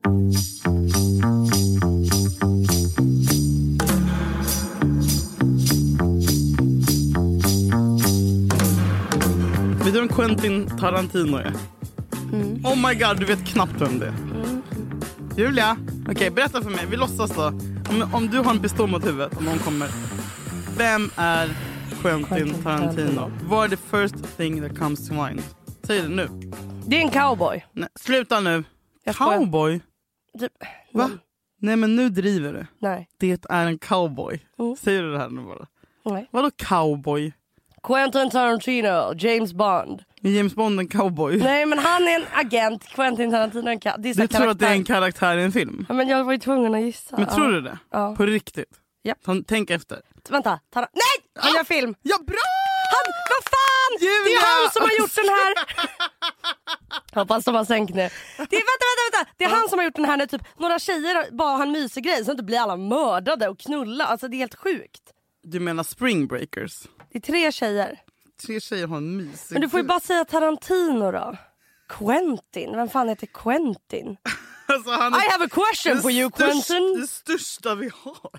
Vet du vem Quentin Tarantino är? Oh my god, du vet knappt vem det är. Julia, okej, berätta för mig. Vi låtsas då. Om du har en pistol mot huvudet, om någon kommer. Vem är Quentin Tarantino? Vad är the first thing that comes to mind? Säg det nu. Det är en cowboy. Nej, sluta nu. Jag Cowboy? Typ. Va? Nej, men nu driver du. Nej. Det är en cowboy. Säger du det här nu bara? Nej. Vadå cowboy? Quentin Tarantino, James Bond. Är James Bond en cowboy? Nej, men han är en agent. Quentin Tarantino är en Du tror att det är en karaktär i en film? Ja, men jag var ju tvungen att gissa. Men tror du det? Ja. På riktigt? Ja. Tänk efter. Vänta, nej! Han gör film. Ja, bra! Vad fan! Julia! Det är han som har gjort den här. Hoppas de har sänkt nu. Vänta. Det är han som har gjort den här när typ några tjejer bara har en mysig grej så inte blir alla mördade och knulla. Alltså det är helt sjukt. Du menar Spring Breakers? Det är 3 tjejer. 3 tjejer har en mysig... Men du får ju bara säga Tarantino då. Quentin, vem fan heter Quentin? Alltså, han I have a question for you, Quentin. Det största vi har.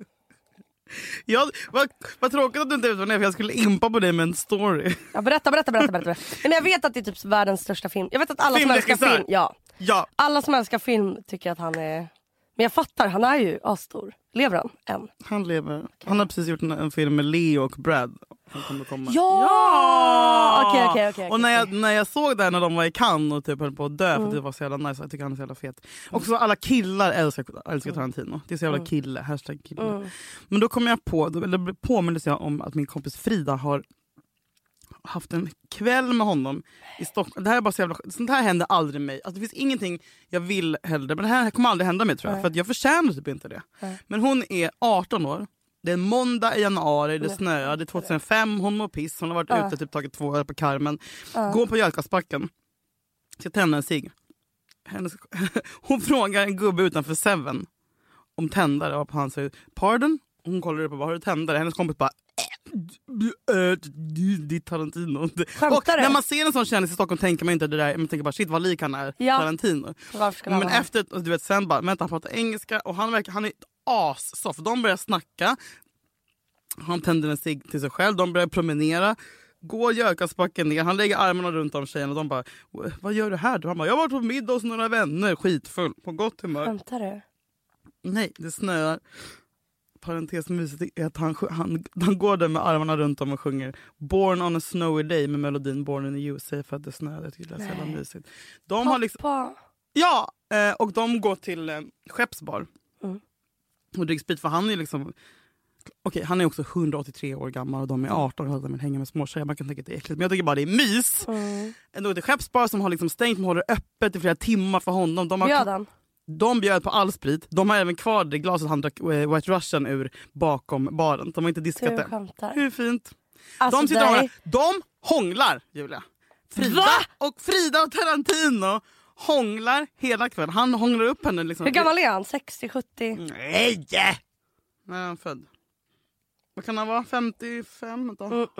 Vad tråkigt att du inte vet vad det är, för jag skulle impa på dig med en story. Ja, berätta. Men jag vet att det är typ världens största film. Jag vet att alla som älskar film, ja. Alla som älskar film tycker att han är... Men jag fattar, han är ju asstor. Lever han än? Han lever. Okay. Han har precis gjort en film med Leo och Brad. Han kommer komma. Ja! Okej. Och när jag såg det när de var i Cannes och typ höll på att dö för det var så jävla nice. Jag tycker han är så jävla fet. Och så alla killar älskar Tarantino. Det är så jävla kille. Hashtag kille. Men då kom jag på, eller påmindes jag om att min kompis Frida har haft en kväll med honom i Stockholm. Det här är bara så jävla... Sånt här händer aldrig mig. Alltså, det finns ingenting jag vill hellre. Men det här kommer aldrig hända mig, tror jag. För att jag förtjänar typ inte det. Men hon är 18 år. Det är en måndag i januari. Det snöar. Det är 2005. Hon mår piss. Hon har varit ute typ tagit 2 år på Carmen. Går på Jalkasbacken. Ska tända en cigg. Hon frågar en gubbe utanför Seven om tändare. Och han säger, pardon? Hon kollar upp och bara, har du tändare? Hennes kompis bara, det är Tarantino. Och när man ser en sån kändis i Stockholm tänker man inte det där. Man tänker bara, shit vad lik han är, Tarantino. Men efter, du vet, sen bara, vänta, han pratar engelska. Och han är assoft. De börjar snacka. Han tänder en cigg till sig själv. De börjar promenera. Går Jökasbacken ner. Han lägger armarna runt om tjejen. Och de bara, vad gör du här? Han bara, jag har varit på middag hos några vänner. Skitfull, på gott humör. Skämtar du? Nej, det snöar. Parentesmysigt är att han går där med armarna runt om och sjunger Born on a snowy day med melodin Born in the USA för att det snöade. Jag tycker det är så jävla mysigt. De har liksom, ja, och de går till Skeppsbar och dricker sprit, för han är liksom han är också 183 år gammal och de är 18 och de hänger med småtjejer. Man kan tänka att det är äckligt, men jag tycker bara det är mys. De går till Skeppsbar som har liksom stängt, de håller öppet i flera timmar för honom. De bjöd på all sprit. De har även kvar det glaset han drack White Russian ur bakom baren. De har inte diskat det. Hur fint. Alltså de hånglar, Julia. Frida och Tarantino hånglar hela kvällen. Han hånglar upp henne liksom. Hur gammal är han? 60-70? Nej! När är han född? Vad kan han vara? 55?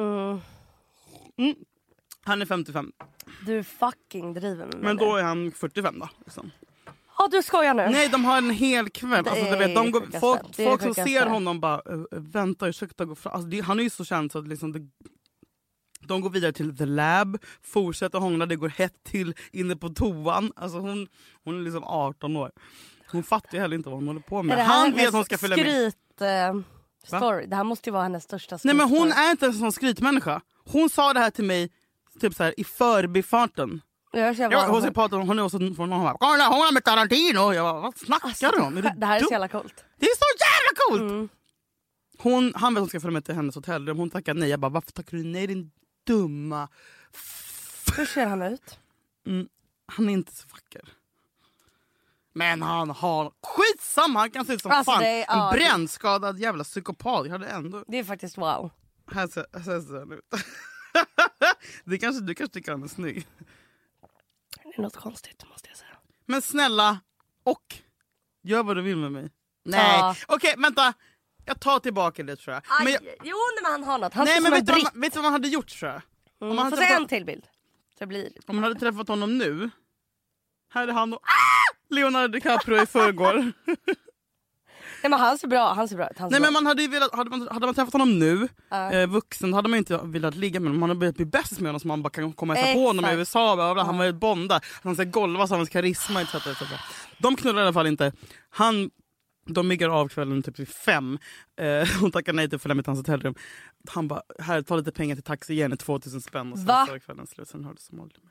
Han är 55. Du fucking driver med mig. Men då är han 45 då liksom. Ja, du skojar nu. Nej, de har en hel kväll. Alltså, du vet, folk som ser honom bara, vänta, ursäkta, gå fram. Alltså, han är ju så känd så att liksom, de går vidare till The Lab, fortsätter hångla, det går hett till inne på toan. Alltså hon är liksom 18 år. Hon fattar ju heller inte vad hon håller på med. Han vet att hon ska följa med. Story. Det här måste ju vara hennes största skryt. Nej, men hon är inte en sån skrytmänniska. Hon sa det här till mig typ så här i förbifarten. Hon är också från någon hon är med Tarantino. Jag bara, vad snackar du om? Det här är så jävla coolt. Det är så jävla coolt. Han vet att hon ska följa med till hennes hotellrum. Hon tackar nej. Jag bara, varför tackar du nej, din dumma... Hur ser han ut? Han är inte så vacker. Men han har... Skitsamma, han kan se ut som alltså, fan. En brännskadad jävla psykopat. Jag hade ändå... Det är faktiskt wow. Här ser han ut. Du kanske tycker han är snygg. Det är något konstigt, måste jag säga. Men snälla, och gör vad du vill med mig. Nej, okej, vänta. Jag tar tillbaka det, tror jag. Jo, men han har något. Han nej, men vet du vad man hade gjort, tror jag? Om man får se en till bild. Om man hade träffat honom nu. Här är han och... Leonardo DiCaprio i förrgår. Nej, men han ser bra ut. Men man hade ju velat, hade man träffat honom nu, vuxen, hade man inte velat ligga med honom. Man hade börjat bli bäst med honom så man bara kan komma och hälsa på honom i USA. Han var ju bonda, han ska golva så hans karisma etc. De knullar i alla fall inte. De myggar av kvällen typ vid 5. Hon tackar nej till att följa med till hans hotellrum. Han bara, här, ta lite pengar till taxi igen, 2000 spänn. Och sen så kvällen slut, sen hörde som aldrig mer.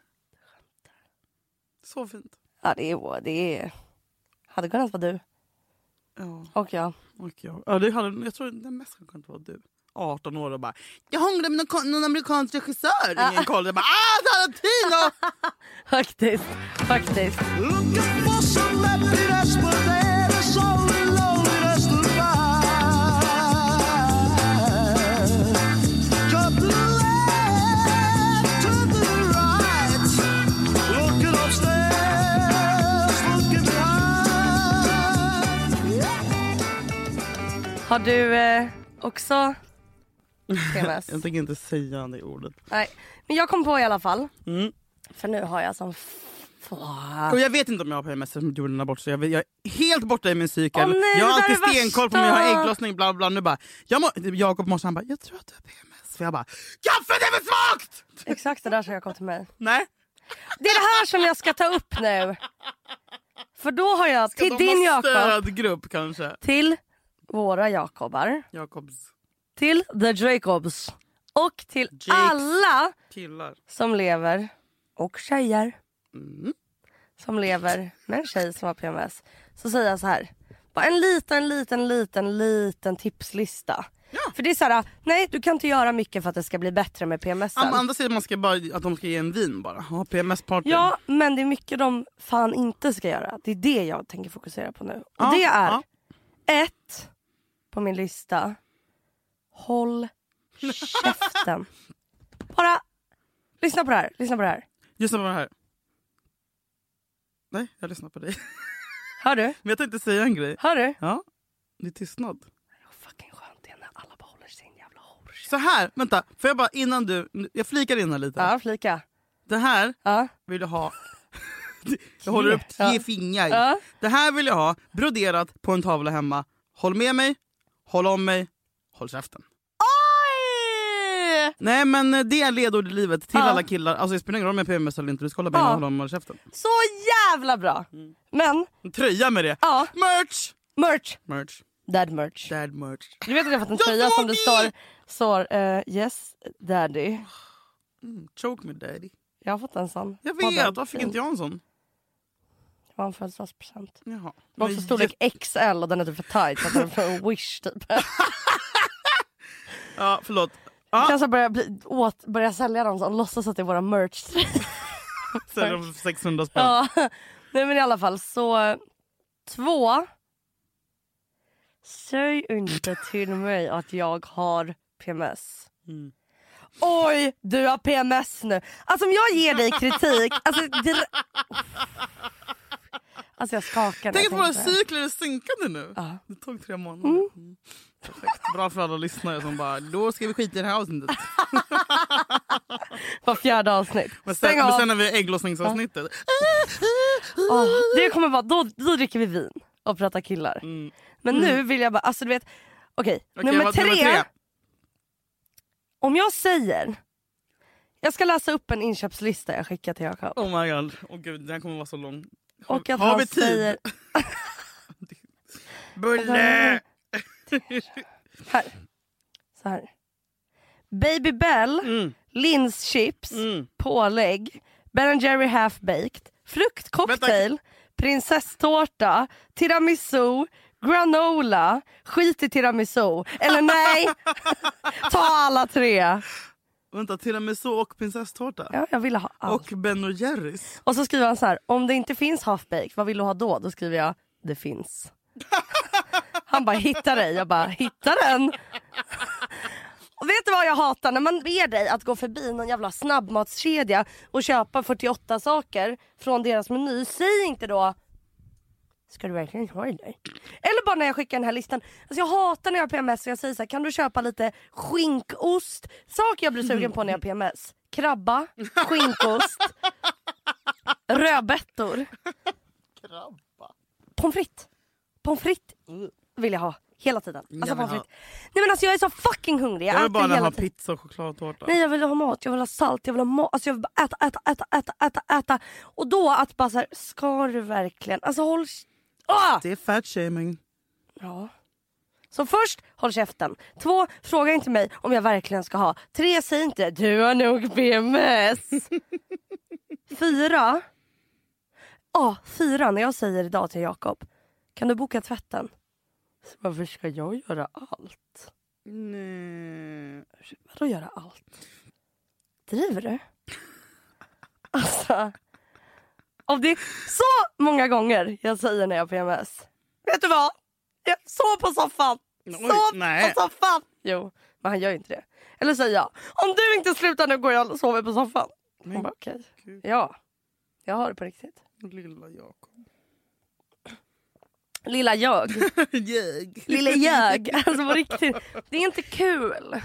Så fint. Ja, det är... Hade kunnat vara du. Ja. Och jag. Ja, jag tror det mest kunde vara du. 18 år och bara, jag hånglade med någon amerikansk regissör. Ingen koll. Jag bara, Tarantino! Faktiskt. Har du också PMS? Jag tänker inte säga det ordet. Nej, men jag kom på i alla fall. För nu har jag som... Och jag vet inte om jag har PMS som gjorde den abort, så jag är helt borta i min cykel. Nej, jag har alltid stenkoll på om jag har ägglossning, bla bla. Nu bara, Jakob morsan, han bara, jag tror att du har PMS. För jag bara, kaffet är för svagt! Exakt det där som jag kom till mig. Nej. Det är det här som jag ska ta upp nu. För då har jag till din Jakob. Stödgrupp kanske. Till våra Jakobs. Till the Jacobs. Och till alla killar som lever. Och tjejer. Som lever med en tjej som har PMS. Så säger jag så här. Bara en liten tipslista. Ja. För det är så här, nej du kan inte göra mycket för att det ska bli bättre med PMS. Andra säger att de ska ge en vin bara. Ha PMS-party. Ja, men det är mycket de fan inte ska göra. Det är det jag tänker fokusera på nu. Och det är 1 på min lista. Håll käften. Bara lyssna på det här. Lyssna på det här. Nej, jag lyssnar på dig. Hör du? Men jag tänkte säga en grej. Hör du? Ja, det är tystnad. Fucking skönt det när alla bara håller sin jävla hår. Så här, vänta. Får jag bara jag flikar in här lite. Ja, flika. Det här vill jag ha. Jag håller upp 3 fingrar. Ja. Det här vill jag ha broderat på en tavla hemma. Håll med mig, håll om mig, håll käften. Oj! Nej, men det är ledord i livet till alla killar. Alltså det spelar ingen roll om jag PMS eller inte. Du ska hålla med mig och hålla om och käften. Så jävla bra. Men en tröja med det. Ja. Merch. Dad merch. Du vet att jag har fått en tröja som det står yes daddy. Choke me daddy. Jag har fått en sån. Jag vet, varför fick inte jag en sån? Det var en födelsedagspresent. Jaha. Det var för storlek XL och den är typ för tight. Så den är för en wish typ. Ja, förlåt. Kanske börja sälja dem så och låtsas att det är våra merch. Sälja dem för 600 spänn. Ja. Nej men i alla fall så 2. Säg inte till mig att jag har PMS. Oj, du har PMS nu. Alltså om jag ger dig kritik. Alltså jag skakar. Tänk att våra cykler är synkade nu. Det tog 3 månader. Perfekt. Bra för alla lyssnare som bara, då ska vi skita i det här avsnittet. Var 4:e avsnitt. Men sen har vi ägglossningsavsnittet. Det kommer vara, då dricker vi vin och pratar killar. Men nu vill jag bara, alltså du vet. Okej, nummer 3. Om jag säger, jag ska läsa upp en inköpslista jag skickar till Jakob. Oh my god, gud, den kommer vara så lång. Och att har vi tid? Säger... Bulle! Här. Så här. Baby Bell, linschips, pålägg, Ben & Jerry half baked, fruktcocktail, prinsesstårta, tiramisu, granola, skit i tiramisu. Eller nej, ta alla 3. Vänta, tiramisu och prinsesstårta? Ja, jag ville ha allt. Och Ben & Jerrys. Och så skriver han så här, om det inte finns half baked, vad vill du ha då? Då skriver jag, det finns. Han bara, hitta dig. Jag bara, hitta den. Och vet du vad jag hatar? När man ber dig att gå förbi någon jävla snabbmatskedja och köpa 48 saker från deras meny. Säg inte då, ska du verkligen ha det där? Eller bara när jag skickar den här listan. Alltså jag hatar när jag har PMS och jag säger så här, kan du köpa lite skinkost? Saker jag blir sugen på när jag har PMS. Krabba, skinkost, rödbetor. Pommes frites vill jag ha hela tiden. Alltså pommes frites. Nej men alltså jag är så fucking hungrig. Jag vill bara ha pizza och chokladtårta. Nej, jag vill ha mat, jag vill ha salt, jag vill ha mat. Alltså jag vill bara äta. Och då att bara så här, ska du verkligen? Alltså håll... Det är fat shaming. Ja. Så först, håll käften. 2, fråga inte mig om jag verkligen ska ha. 3, säg inte, du har nog PMS. 4. 4, när jag säger idag till Jakob, kan du boka tvätten? Så varför ska jag göra allt? Nej. Vadå göra allt? Driver du? Alltså, och det är så många gånger jag säger när jag har PMS. Vet du vad? Jag sov på soffan. På soffan. Jo, men han gör ju inte det. Eller säger jag, om du inte slutar nu går jag och sover på soffan. Hon bara okej. Ja, jag har det på riktigt. Lilla Jakob. Lilla jag. Lilla jag. Alltså på riktigt. Det är inte kul.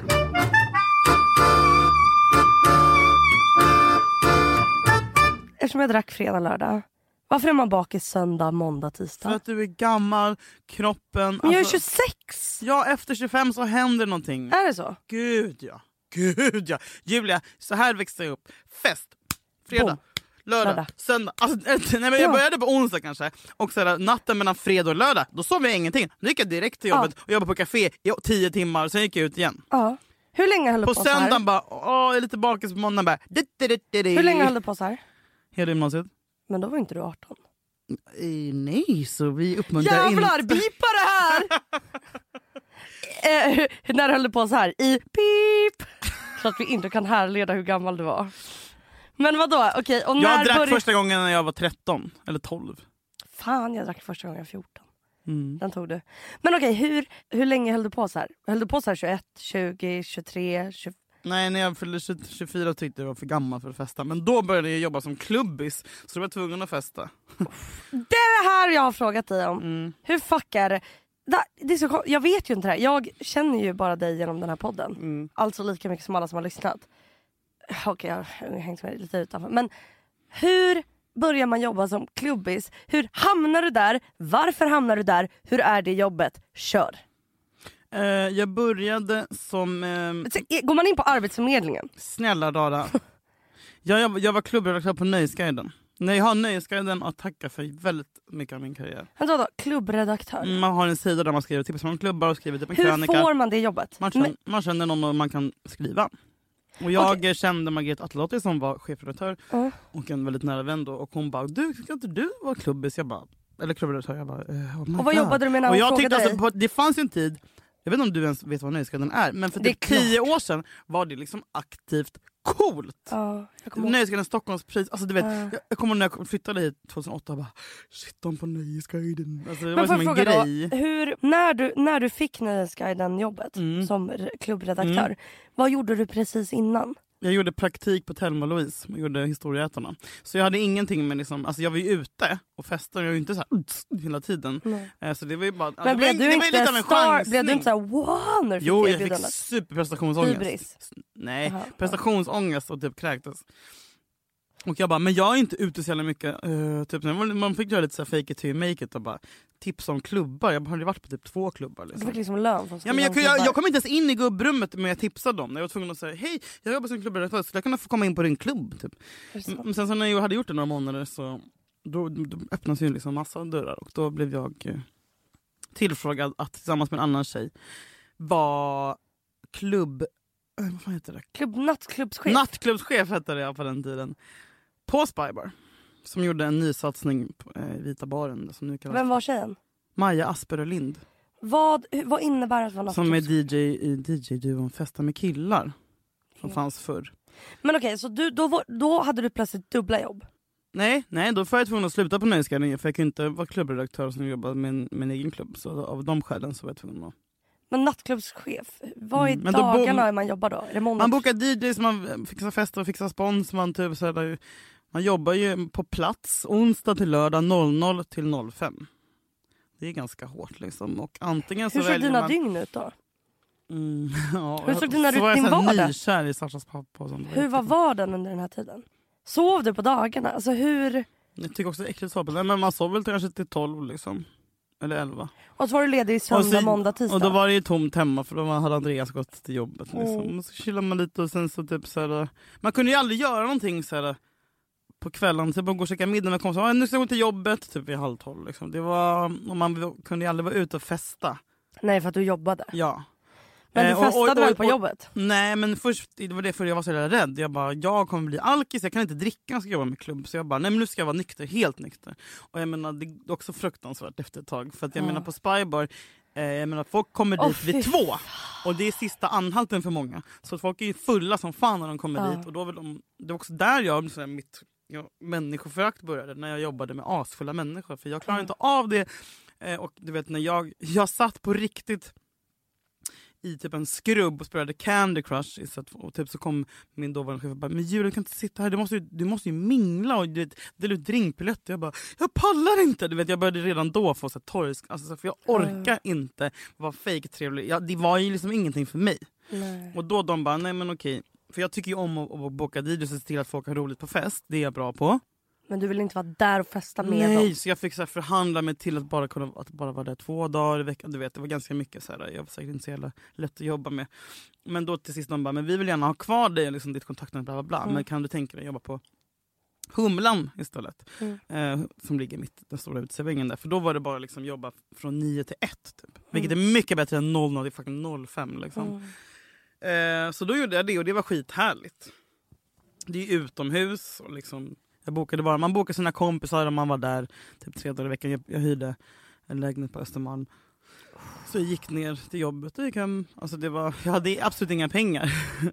Eftersom jag drack fredag, lördag. Varför är man bakis söndag, måndag, tisdag? För att du är gammal, kroppen... Men jag är 26! Ja, efter 25 så händer någonting. Är det så? Gud ja. Julia, så här växte jag upp. Fest, fredag, lördag, söndag. Alltså, nej, men jag började på onsdag kanske. Och så här, natten mellan fredag och lördag, då sov jag ingenting. Då gick jag direkt till jobbet och jobbade på café i 10 timmar. Sen gick jag ut igen. Ja. Hur länge höll du på så här? På söndagen bara, jag är lite bakis på måndagen bara. Hur länge höll du på så här? Hela gymnasiet. Men då var inte du 18. Nej, så vi uppmuntrar inte. Jävlar, bipa det här! När höll du på så här? I pip! Så att vi inte kan härleda hur gammal du var. Men vadå? Okej, och jag drack första gången när jag var 13 eller 12. Fan, jag drack första gången jag var 14. Den tog du. Men okej, hur länge höll du på så här? Höll du på så här 21, 20, 23, 25? Nej, när jag fyllde 24 tyckte jag var för gammal för att festa. Men då började jag jobba som klubbis, så då var jag tvungen att festa. Det är det här jag har frågat dig om. Hur fuck är det? Det är så, jag vet ju inte det här. Jag känner ju bara dig genom den här podden. Alltså lika mycket som alla som har lyssnat. Okej, jag har hängt med lite utanför. Men hur börjar man jobba som klubbis? Hur hamnar du där? Varför hamnar du där? Hur är det jobbet? Kör! Jag började som... Går man in på Arbetsförmedlingen? Snälla Dara. jag var klubbredaktör på Nöjesguiden. När jag har Nöjesguiden att tacka för väldigt mycket av min karriär. Men då, klubbredaktör? Man har en sida där man skriver tips om klubbar och skriver typ en krönika. Hur får man det jobbet? Man känner någon man kan skriva. Och jag kände Margret Attelotti som var chefredaktör och en väldigt nära vän då. Och hon bara, ska inte du vara klubbis? Jag bara, eller klubbredaktör. Jag bara, och vad jobbade du med när hon frågade dig? Alltså, det fanns ju en tid, jag vet inte om du ens vet vad Nöjesguiden är, men för typ 10 år sedan var det liksom aktivt coolt. Nöjesguiden Stockholmspris, alltså du vet, jag kommer när jag flyttade hit 2008 och bara, shit, de på Nöjesguiden. Alltså, det var som en grej. Då, när du fick Nöjesguiden jobbet som klubbredaktör, vad gjorde du precis innan? Jag gjorde praktik på Thelma och Louise. Jag gjorde Historieätarna. Så jag hade ingenting med liksom, alltså jag var ju ute och festade. Jag var ju inte så här hela tiden. Så det var ju bara, men blev du inte lite av en chansning. Blev du inte så här, wow, när du fick jag fick superprestationsångest. Nej, prestationsångest och typ kräktes. Och jag bara, men jag är inte ute så jävla mycket. Typ, man fick göra lite så här fake it till make it och bara tips om klubbar. Jag hade varit på typ 2 klubbar. Liksom. Du fick liksom lön från men jag kom inte ens in i gubbrummet, men jag tipsade dem. Jag var tvungen att säga, hej, jag jobbar som klubbredaktör, så jag kunde få komma in på din klubb. Typ. Men sen så när jag hade gjort det några månader så då öppnades ju liksom massa dörrar. Och då blev jag tillfrågad att tillsammans med en annan tjej var vad fan heter det? Nattklubbschef. Nattklubbschef hette det på den tiden. På Spybar. Som gjorde en ny satsning på Vita baren. Som nu kallas. Vem var tjejen? Maja Asper och Lind. Vad innebär att vara nattklubbschef? Som är DJ i DJ-duon Festa med killar. Som fanns förr. Men okej, så då hade du plötsligt dubbla jobb? Nej, då får jag tvungen att sluta på Nöjesguiden. För jag kunde inte vara klubbredaktör som jobbade med en egen klubb. Så av de skälen så var jag tvungen att... Men nattklubbschef, vad är dagarna man jobbar då? Är det man bokar DJs, man fixar fester och fixar spons. Man jobbar ju på plats onsdag till lördag 00 till 05. Det är ganska hårt liksom. Och antingen så hur såg dina dygn ut då? Hur såg din vardag? Nykär i Sashas pappa och sånt. Hur var vardagen under den här tiden? Sov du på dagarna? Alltså hur... Jag tycker också det är äckligt så. Men man sov väl kanske till 12 liksom. Eller 11. Och så var du ledig i söndag, måndag, tisdag. Och då var det ju tomt hemma för då hade Andreas gått till jobbet. Liksom. Och så chillade man lite och sen så typ såhär. Man kunde ju aldrig göra någonting såhär på kvällen. Typ man går och käka middag med kompisar. Nu ska jag gå till jobbet typ vid 11:30 liksom. Det var, och man kunde ju aldrig vara ute och festa. Nej, för att du jobbade. Ja. Men du festade väl på jobbet? Nej, men först, det var det för jag var så rädd. Jag bara, jag kommer bli alkis, jag kan inte dricka när jag ska jobba med klubb. Så jag bara, nej men nu ska jag vara nykter, helt nykter. Och jag menar, det är också fruktansvärt efter ett tag. För att jag menar på Spybar, jag menar folk kommer dit vid 2. Och det är sista anhalten för många. Så folk är ju fulla som fan när de kommer dit. Och då vill det var också där mitt människoförakt började. När jag jobbade med asfulla människor. För jag klarar inte av det. Och du vet, när jag satt på riktigt i typ en skrubb och spelade Candy Crush och typ så kom min dåvarande chef och bara, men Julia, du kan inte sitta här, du måste ju mingla och dela ut drinkbiljetter. Jag bara, jag pallar inte, du vet, jag började redan då få så torsk, alltså, för jag orkar inte vara fake trevlig. Det var ju liksom ingenting för mig. Nej. Och då de bara, nej men okej, för jag tycker ju om att boka dit och se till att folk har roligt på fest, det är jag bra på. Men du vill inte vara där och festa med dem? Nej, så jag fick så här förhandla mig till att bara vara där 2 dagar i veckan. Du vet, det var ganska mycket så här. Jag var säkert inte så jävla lätt att jobba med. Men då till sist de bara, men vi vill gärna ha kvar dig, liksom, ditt kontaktnummer, bla bla bla. Men kan du tänka dig jobba på Humlan istället? Som ligger mitt den stora utsevängen där. För då var det bara liksom jobba från 9 till 1 typ. Vilket är mycket bättre än 00, det är fucking 05 liksom. Så då gjorde jag det och det var skithärligt. Det är utomhus och liksom man bokade sina kompisar och man var där typ 3 dagar i veckan. Jag hyrde en lägenhet på Östermalm. Så jag gick ner till jobbet och gick hem. Alltså jag hade absolut inga pengar.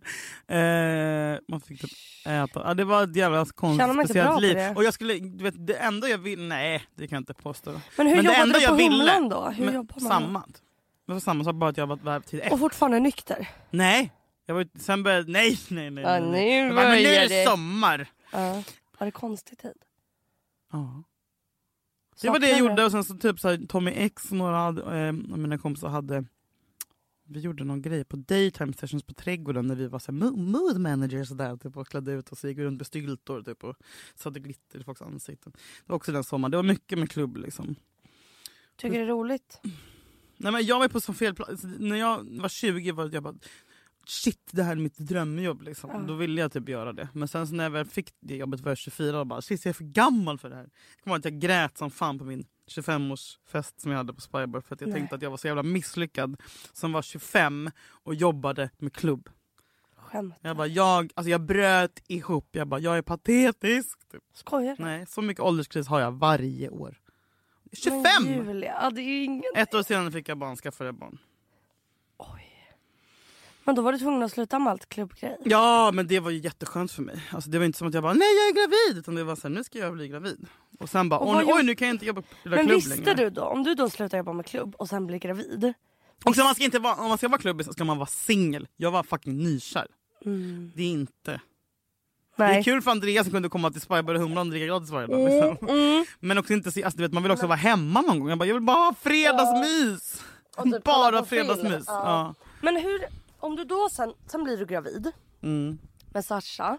Man fick typ äta. Ja, det var ett jävla konstigt speciellt liv. Och jag skulle, du vet, det enda jag vill, nej, det kan jag inte påstå. Men hur jobbade du på Humlan då? Hur jobbar man? Samma. Det var samma sak, bara att jag var till 1. Och fortfarande nykter? Nej. Jag var sen började, nej. Ja, men nu är det sommar. Ja. Var det konstig tid? Ja. Det var det jag gjorde och sen så typ så här, Tommy X och några av mina kompisar vi gjorde någon grej på daytime sessions på trädgården när vi var så här mood managers och där typ, och klädde ut och så gick vi runt med styltor typ, och satte glitter i folks ansikten. Det var också den sommaren. Det var mycket med klubb liksom. Tycker det är roligt? Nej, men jag var på så fel plats. När jag var 20 var jag bara, shit, det här är mitt drömjobb liksom. Då ville jag typ göra det. Men sen så när jag väl fick det jobbet var jag 24 och bara, shit, jag är för gammal för det här. Jag kommer ihåg att jag grät som fan på min 25-årsfest som jag hade på Spybar för att jag tänkte att jag var så jävla misslyckad som var 25 och jobbade med klubb. Skämt. Jag bröt ihop. Jag är patetisk. Typ. Skojar. Nej, så mycket ålderskris har jag varje år. 25! Men Julia, det är ju ingen... 1 år senare fick jag barn, skaffade barn. Oj. Men då var du tvungen att sluta med allt klubbgrej. Ja, men det var ju jätteskönt för mig. Alltså, det var inte som att jag bara, nej jag är gravid. Utan det var så här, nu ska jag bli gravid. Och sen bara, oj nu kan jag inte jobba på klubb längre. Men visste du då, om du då slutar jobba med klubb och sen blir gravid. Och så om man ska vara klubb så ska man vara singel. Jag var fucking nykär. Det är inte... Nej. Det är kul för Andreas som kunde komma till Spybar och Humlan och dricka gratis varje dag. Liksom. Men också inte se, alltså, du vet, man vill också vara hemma någon gång. Jag vill bara ha fredagsmys. Typ bara fredagsmys. Ja. Men hur, om du då sen blir du gravid med Sasha.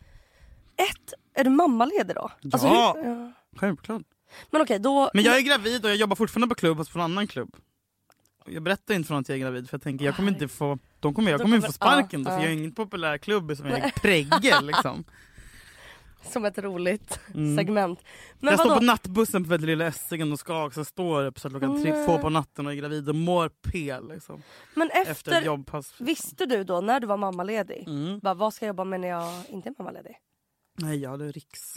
Är du mammaledig då? Ja, alltså, självklart. Men okej, då... Men jag är gravid och jag jobbar fortfarande på klubb hos en annan klubb. Jag berättar inte för någon att jag är gravid för jag tänker jag kommer inte få få sparken då, för jag är ingen populär klubb som är prägge liksom. Som ett roligt segment. Men jag står på nattbussen på lilla Essingen och ska också stå upp så att klockan 2 på natten och är gravid och mår pel liksom. Men efter ett jobbpass. Visste du då när du var mammaledig? Vad ska jag jobba med när jag inte är mammaledig? Nej, jag hade riks.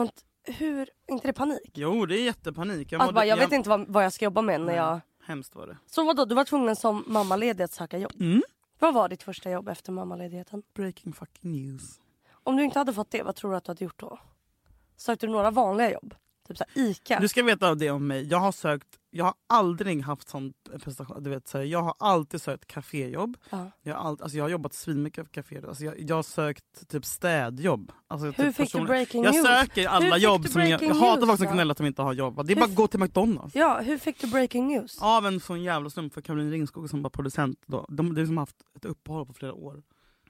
Inte det panik? Jo, det är jättepanik. Jag vet inte vad jag ska jobba med när jag... Hemskt var det. Så vadå, du var tvungen som mammaledig att söka jobb? Vad var ditt första jobb efter mammaledigheten? Breaking fucking news. Om du inte hade fått det, vad tror du att du hade gjort då? Sökte du några vanliga jobb? Typ så här ICA? Du ska veta det om mig. Jag har aldrig haft sån prestation. Du vet, så här, jag har alltid sökt kaféjobb. Jag har jobbat svinmycket på kafé. Alltså, jag har sökt typ städjobb. Alltså, hur typ fick du breaking news? Jag söker alla jobb som jag hatar folk som gnäller att de inte har jobb. Det är bara att gå till McDonalds. Ja, hur fick du breaking news? Av en sån jävla slump för Caroline Ringskog som var producent då. De har haft ett uppehåll på flera år.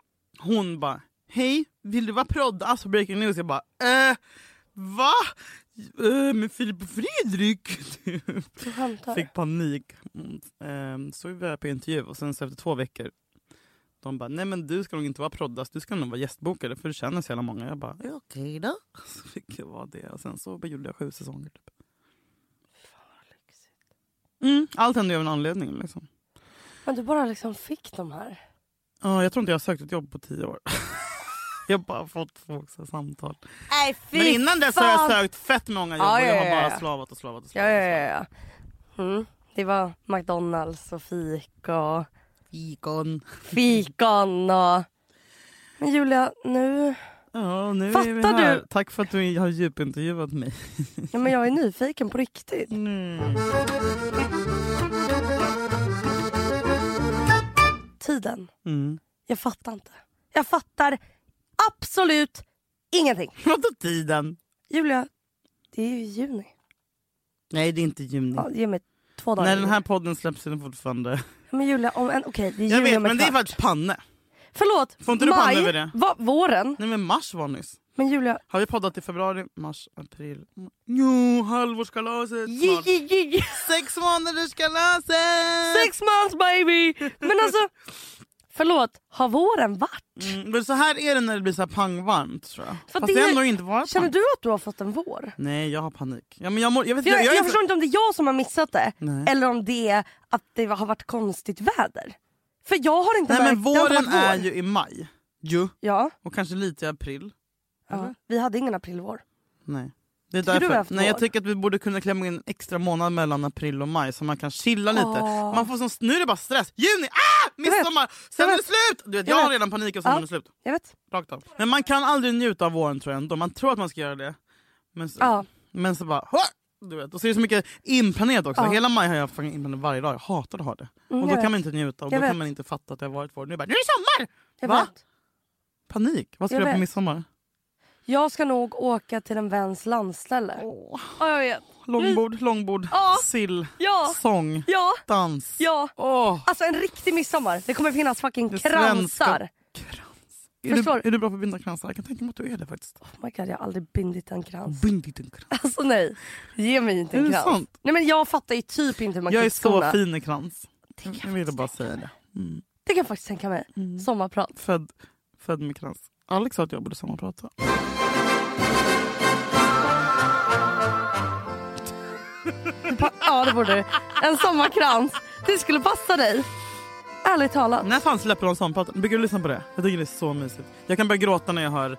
Hon bara, hej, vill du vara prodd? Alltså breaking news. Jag bara, va? med Filip och Fredrik. Fick panik. Så vi var på intervju och sen så efter 2 veckor de bara, nej men du ska nog inte vara proddast, du ska nog vara gästbokare för du känner så jävla många. Jag bara, okej då. Så fick jag vara det och sen så gjorde jag 7 säsonger typ. Fan vad lyxigt. Allt hände ju av en anledning liksom. Men du bara liksom fick de här? Ja, jag tror inte jag har sökt ett jobb på 10 år. Jag har bara fått folks samtal. Nej, men innan dess har jag sökt fett många jobb och jag har bara slavat. Ja. Det var McDonalds och fikon och... Men Julia, nu... Ja, nu fattar är vi här. du? Tack för att du har djupintervjuat mig. Ja, men jag är nyfiken på riktigt. Tiden. Jag fattar inte. Jag fattar absolut ingenting. Vadå tiden? Julia, det är ju juni. Nej, det är inte juni. Ja, ge mig 2 dagar. När den här podden släpps är den fortfarande. Men Julia, okej, det är juni. Jag vet, men det är faktiskt panne. Förlåt, får inte du panne över det? Våren? Nej, men mars var nyss. Men Julia... Har vi poddat i februari, mars, april? Jo, halvårskalaset snart. 6 månaders kalaset! 6 months baby! Men alltså, förlåt, har våren varit? Men så här är det när det blir så här pangvarmt tror jag. För fast det ändå inte var känner du att du har fått en vår? Nej, jag har panik. Ja, men jag förstår inte om det är jag som har missat det. Nej. Eller om det är att det har varit konstigt väder. För jag har inte men våren är ju i maj. Ja. Och kanske lite i april. Ja. Vi hade ingen aprilvår. Nej. Det är därför. Nej, jag tycker att vi borde kunna klämma in en extra månad mellan april och maj så man kan chilla lite. Man får nu är det bara stress. Juni, midsommar, sen är det slut. Du vet, jag har redan panik och sommaren är slut. Jag vet. Rakt av. Men man kan aldrig njuta av våren tror jag ändå. Man tror att man ska göra det. Men så bara... Du vet, och så är det så mycket inplanerat också. Hela maj har jag inplanerat varje dag. Jag hatar att ha det. Och då kan man inte njuta. Och då kan man inte fatta att det har varit vår. Nu är det sommar! Jag vet. Panik. Vad ska du göra på midsommar? Jag ska nog åka till en väns landställe. Jag vet. Långbord, sill, sång, dans. Alltså en riktig midsommar. Det kommer finnas fucking kransar. Är du bra på att binda kransar? Jag kan tänka mig att du är det faktiskt. Oh my god, jag har aldrig bindit en krans. Bindit en krans? Alltså nej, ge mig inte en krans. Sant? Nej men jag fattar ju typ inte hur man jag är så fin i krans. Jag ville bara säga det. Det kan jag faktiskt tänka mig. Sommarprat. Född med krans. Alex sa att jag borde sommarprata. Ja, det borde du. En sommarkrans. Det skulle passa dig. Ärligt talat. När fan släpper de sommarpraten? Brukar du lyssna på det? Jag tycker det är så mysigt. Jag kan börja gråta när jag hör...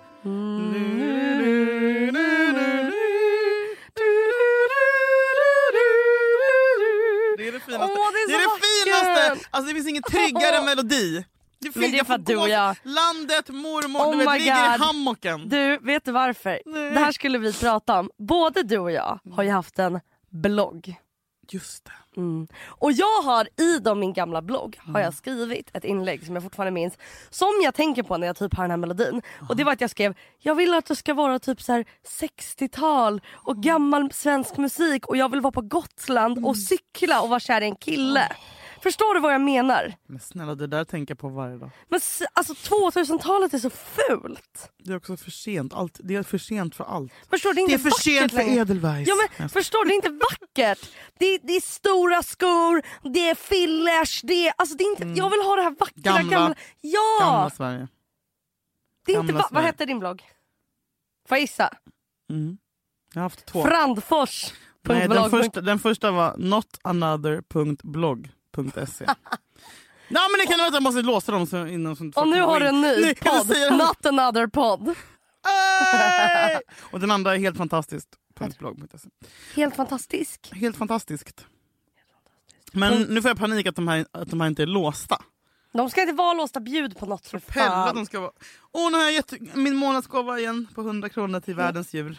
Det är det finaste. Det är det finaste. Alltså det finns ingen tryggare melodi. Men det är för att du och jag... Landet, mormor, du vet, ligger i hammocken. Du, vet du varför? Nej. Det här skulle vi prata om. Både du och jag har ju haft en blogg. Just det. Och jag har min gamla blogg har jag skrivit ett inlägg som jag fortfarande minns, som jag tänker på när jag typ har den här melodin. Och det var att jag skrev, jag vill att det ska vara typ så här 60-tal och gammal svensk musik och jag vill vara på Gotland och cykla och vara kär i en kille. Förstår du vad jag menar? Men snälla, det där tänker jag på varje dag. Men alltså 2000-talet är så fult. Det är också för sent. Det är för sent för allt. Förstår, det är för sent för Edelweiss. Ja, men förstår, det är inte vackert. Det är stora skor, det är fillers, det är inte, jag vill ha det här vackra gamla. Ja. Gamla Sverige. Det är inte vad heter din blogg? Får jag gissa? Jag har haft 2. Frandfors. Nej, den första var notanother.blog.se. Nej, men det kan vara att jag måste låsa dem så innan som. Och nu har du en ny podd. Not another podd. Och den andra är helt fantastiskt. .blog.se. Helt fantastisk. Helt fantastiskt. Men nu får jag panik att de här inte är låsta. De ska inte vara låsta, bjud på något för fan. De ska vara. Nu har jag gett min månadsgåva igen på 100 kronor till världens djur.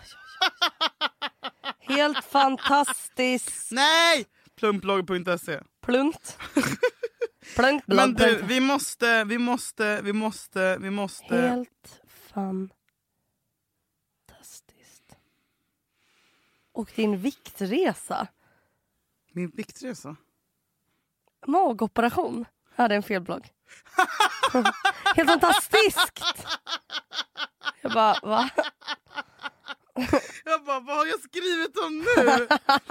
Helt fantastiskt. Nej! Plumpblogg.se. Plunkt. Men du, vi måste. Helt fantastiskt. Och din viktresa. Min viktresa? Magoperation. Ja, det är en felblogg. Helt fantastiskt. Jag bara, va? Jag bara, vad har jag skrivit om nu?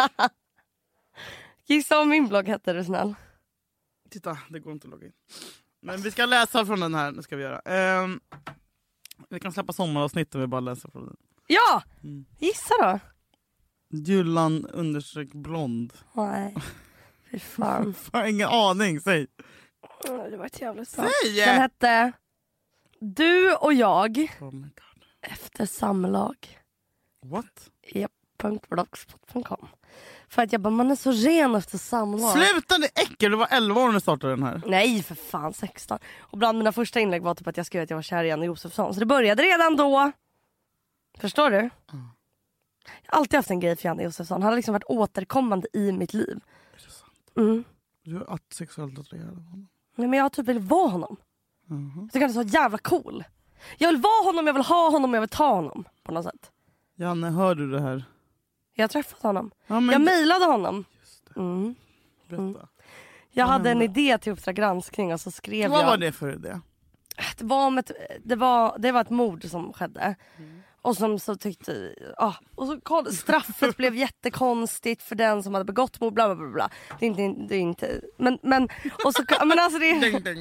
Gissa om min blogg hette, du snäll. Titta, det går inte att logga in. Men vi ska läsa från den här, nu ska vi göra. Vi kan släppa sommaravsnitt och vi bara läser från den. Ja! Gissa då. Gyllan_blond. Nej, fy fan. Fan, ingen aning, säg. Det var ett jävligt bra. Säg! Den hette Du och jag Oh my God. efter samlag. What? .blogspot.com. För att jag bara, man är så ren efter samlag. Sluta, det är äckel, du var 11 år när du startade den här. Nej för fan, 16. Och bland mina första inlägg var typ att jag skrev att jag var kär i Janne Josefsson. Så det började redan då. Förstår du? Jag har alltid haft en grej för Janne Josefsson. Han har liksom varit återkommande i mitt liv. Är det sant? Mm. Du är sexuellt attraherad av honom. Nej, men jag typ vill vara honom. Uh-huh. Jag tycker han är så jävla cool. Jag vill vara honom, jag vill ha honom, jag vill ta honom. På något sätt. Janne, hör du det här? Jag har träffat honom. Ja, men Jag mejlade honom. Just det. Mm. Berätta. Jag hade en idé till Uppdrag granskning och så skrev Vad jag... var det för idé? Det var ett mord som skedde. Och som så tyckte... och så straffet blev jättekonstigt för den som hade begått mord. Bla, bla, bla, bla. Det är inte... Men och så... Men alltså det...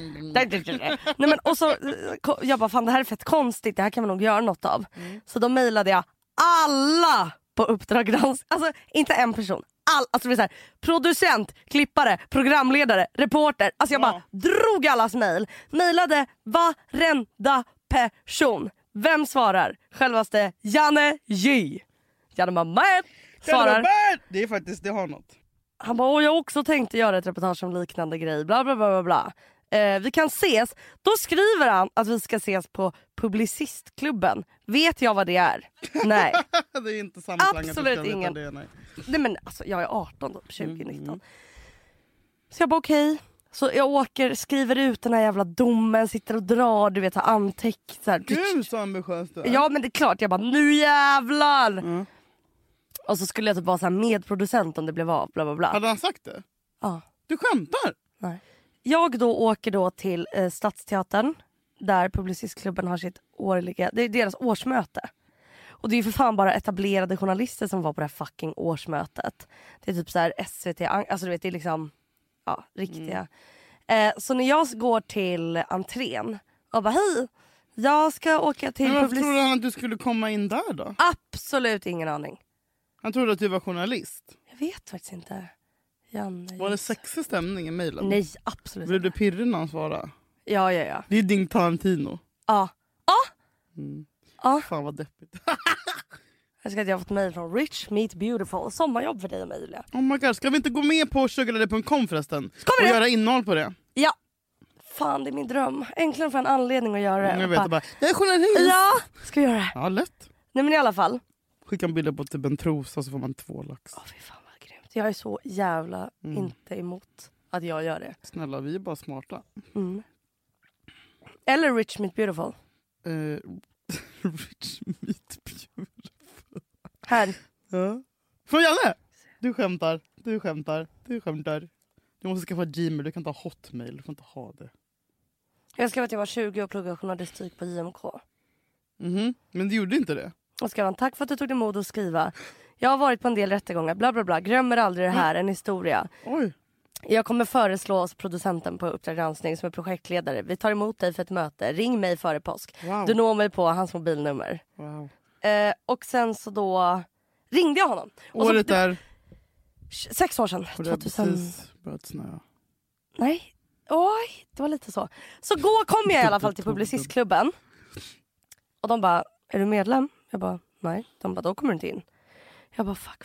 Nej, men, och så... Jag bara, fan det här är fett konstigt. Det här kan man nog göra något av. Så då mejlade jag alla på Uppdrag granskning. Alltså inte en person. Alltså det är så här, producent, klippare, programledare, reporter. Alltså jag bara drog allas mejl. Mejlade varenda person. Vem svarar? Självaste Janne J. Janne Mamet svarar. Det är faktiskt, det har något. Han bara, jag också tänkte göra ett reportage om liknande grej. Bla bla bla bla bla. Vi kan ses. Då skriver han att vi ska ses på Publicistklubben. Vet jag vad det är? Nej. Det är inte samklang. Absolut ingen. Det, nej. Nej men alltså jag är 18 då, 2019. Så jag bara okej. Så jag åker, skriver ut den här jävla domen, sitter och drar, du vet, antecknar. Gud så ambitiöst du är. Ja men det är klart, jag bara nu jävlar. Och så skulle jag typ vara så här medproducent om det blev av, bla bla bla. Hade han sagt det? Ja. Du skämtar? Nej. Jag då åker då till Stadsteatern där Publicistklubben har sitt årliga, det är deras årsmöte. Och det är för fan bara etablerade journalister som var på det här fucking årsmötet. Det är typ så här SVT, alltså du vet det är liksom riktiga. Så när jag går till entrén och bara hej, jag ska åka till Men varför trodde han att du skulle komma in där då? Absolut ingen aning. Han trodde att du var journalist. Jag vet faktiskt inte. Janne, var det sexig stämning i mejlen? Nej, absolut inte. Blev du pirrig när han svarade? Ja. Det är din Tarantino. Ja. Fan vad deppigt. Jag ska att jag har fått mejl från Rich Meet Beautiful. Sommarjobb för dig och Emilia. Oh my God, ska vi inte gå med på sugarlady.com förresten? Ska vi och det? göra innehåll på det? Ja. Fan, det är min dröm. Äntligen för en anledning att göra det. Jag vet bara, jag är journalist. Ja, ska vi göra det? Ja, lätt. Nej men i alla fall. Skicka en bild på typ en trosa så får man 2 lax. Fy fan vad grymt. Jag är så jävla inte emot att jag gör det. Snälla, vi är bara smarta. Eller Rich Meet Beautiful. Rich Meet Beautiful. Här. Ja. Från Janne! Du skämtar. Du måste skaffa Gmail, du kan inte ha Hotmail. Du får inte ha det. Jag skrev att jag var 20 och pluggade journalistik på JMK. Men du gjorde inte det? Och skrev han, tack för att du tog dig mod att skriva. Jag har varit på en del rättegångar, bla bla bla. Glömmer aldrig det här, en historia. Oj. Jag kommer föreslå oss producenten på Uppdrag granskning som är projektledare. Vi tar emot dig för ett möte. Ring mig före påsk. Wow. Du når mig på hans mobilnummer. Wow. Och sen så då ringde jag honom. Och året så, är? 6 år sedan. Och det 2000. precis börjat snöa. Nej. Oj, det var lite så. Så kom jag i alla fall till Publicistklubben. Och de bara, är du medlem? Jag bara, nej. De bara, då kommer du inte in. Jag bara, fuck.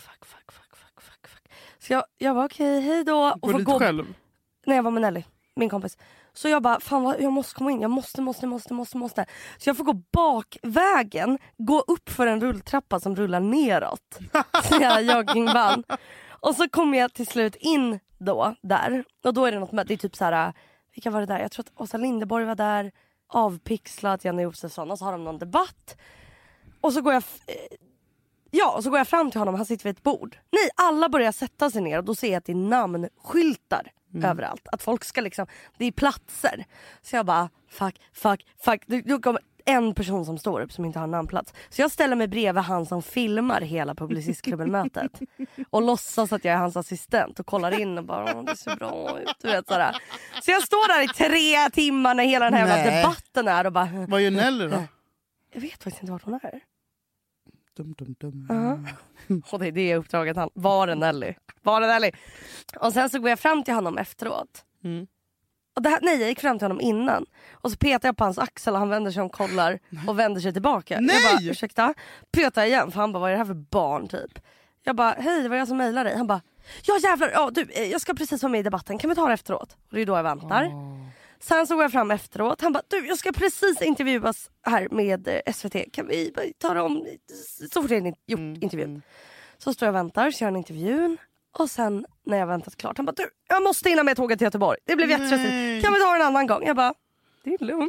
Så jag bara, okej, hej då. Går du dit själv? Nej, jag var med Nelly, min kompis. Så jag bara, fan vad, jag måste komma in. Jag måste. Så jag får gå bakvägen, gå upp för en rulltrappa som rullar neråt. Så jag joggingband. Och så kommer jag till slut in då, där. Och då är det något med, det är typ så här, vilka var det där? Jag tror att Åsa Linderborg var där, avpixlat, Janne Josefsson. Och så har de någon debatt. Och så går jag fram till honom, han sitter vid ett bord. Nej, alla börjar sätta sig ner och då ser jag att det är namnskyltar överallt. Att folk ska liksom, det är platser. Så jag bara, fuck. en person som står upp som inte har en namnplats. Så jag ställer mig bredvid han som filmar hela Publicistklubben-mötet. Och låtsas att jag är hans assistent. Och kollar in och bara, det ser bra ut. Du vet, sådär. Så jag står där i 3 timmar när hela den här jävla debatten är. Och bara, vad gör Nelly då? Jag vet faktiskt inte vart hon är. Dum. Och det är det uppdraget han. Var det Nelly? Och sen så går jag fram till honom efteråt. Och jag gick fram till honom innan. Och så petar jag på hans axel och han vänder sig om, kollar och vänder sig tillbaka. Nej! Jag bara, ursäkta? Petar jag igen för han bara, vad är det här för barn typ? Jag bara, hej, det var jag som mejlar dig. Han bara, ja jävlar, ja, du, jag ska precis vara med i debatten. Kan vi ta det efteråt? Och det är då jag väntar. Sen så går jag fram efteråt. Han bara, du, jag ska precis intervjuas här med SVT. Kan vi ta det om så fort jag har gjort intervjun? Så står jag och väntar, så gör jag intervjun. Och sen när jag väntat klart, han bara, du, jag måste hinna med tåget till Göteborg. Det blev jättestressigt. Kan vi ta det en annan gång? Jag bara, det är lugnt.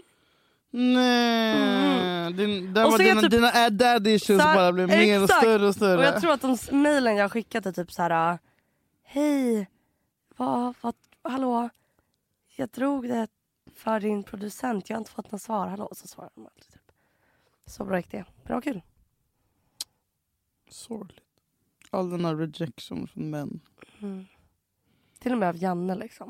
Nej. Typ, Dina daddy issues bara blir mer och större och större. Och jag tror att de mejlen jag skickat är typ så här: hej, hallå, jag drog det för din producent, jag har inte fått något svar, hallå. Så svarar de alltid typ. Så bra gick det, bra kul. Sorgligt. All den här rejection från män. Till och med av Janne liksom.